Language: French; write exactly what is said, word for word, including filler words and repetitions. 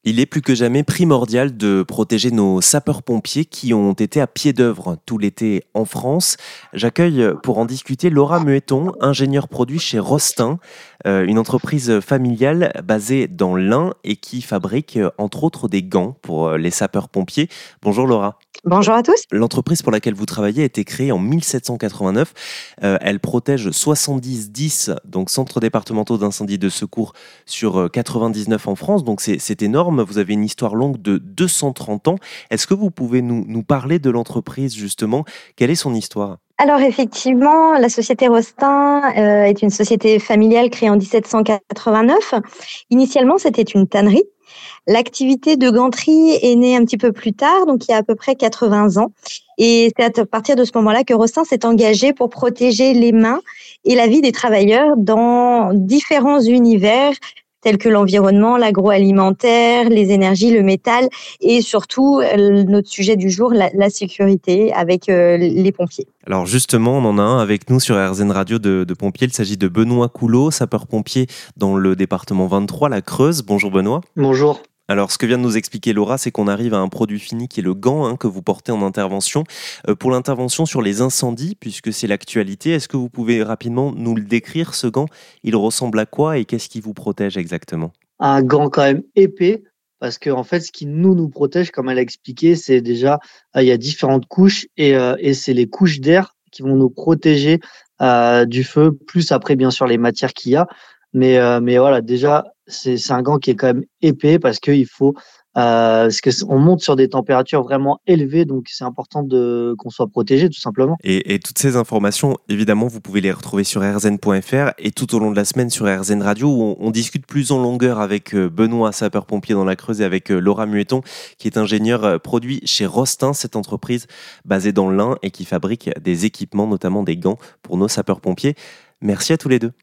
Il est plus que jamais primordial de protéger nos sapeurs-pompiers qui ont été à pied d'œuvre tout l'été en France. J'accueille pour en discuter Laura Mueton, ingénieure produit chez Rostin, euh, une entreprise familiale basée dans l'Ain et qui fabrique euh, entre autres des gants pour euh, les sapeurs-pompiers. Bonjour Laura. Bonjour à tous. L'entreprise pour laquelle vous travaillez a été créée en mille sept cent quatre-vingt-neuf. Euh, elle protège soixante-dix dix, donc centres départementaux d'incendie et de secours, sur quatre-vingt-dix-neuf en France. Donc c'est, c'est énorme. Vous avez une histoire longue de deux cent trente ans. Est-ce que vous pouvez nous, nous parler de l'entreprise justement ? Quelle est son histoire ? Alors effectivement, la société Rostin euh, est une société familiale créée en dix-sept cent quatre-vingt-neuf. Initialement, c'était une tannerie. L'activité de ganterie est née un petit peu plus tard, donc il y a à peu près quatre-vingts ans. Et c'est à partir de ce moment-là que Rostin s'est engagé pour protéger les mains et la vie des travailleurs dans différents univers tels que l'environnement, l'agroalimentaire, les énergies, le métal et surtout euh, notre sujet du jour, la, la sécurité avec euh, les pompiers. Alors justement, on en a un avec nous sur R Z N Radio de, de pompiers. Il s'agit de Benoît Coulot, sapeur-pompier dans le département vingt-trois, la Creuse. Bonjour Benoît. Bonjour. Alors, ce que vient de nous expliquer Laura, c'est qu'on arrive à un produit fini qui est le gant hein, que vous portez en intervention. Euh, pour l'intervention sur les incendies, puisque c'est l'actualité, est-ce que vous pouvez rapidement nous le décrire, ce gant ? Il ressemble à quoi et qu'est-ce qui vous protège exactement ? Un gant quand même épais, parce que en fait, ce qui nous nous protège, comme elle a expliqué, c'est déjà euh, il y a différentes couches et, euh, et c'est les couches d'air qui vont nous protéger euh, du feu, plus après bien sûr les matières qu'il y a. Mais euh, mais voilà, déjà c'est c'est un gant qui est quand même épais parce qu'il faut euh, parce que on monte sur des températures vraiment élevées, donc c'est important de qu'on soit protégé tout simplement. Et, et toutes ces informations, évidemment, vous pouvez les retrouver sur r z n point f r et tout au long de la semaine sur R Z N Radio où on, on discute plus en longueur avec Benoît, sapeur-pompier dans la Creuse, et avec Laura Mueton, qui est ingénieure produit chez Rostin, cette entreprise basée dans l'Ain et qui fabrique des équipements, notamment des gants pour nos sapeurs-pompiers. Merci à tous les deux.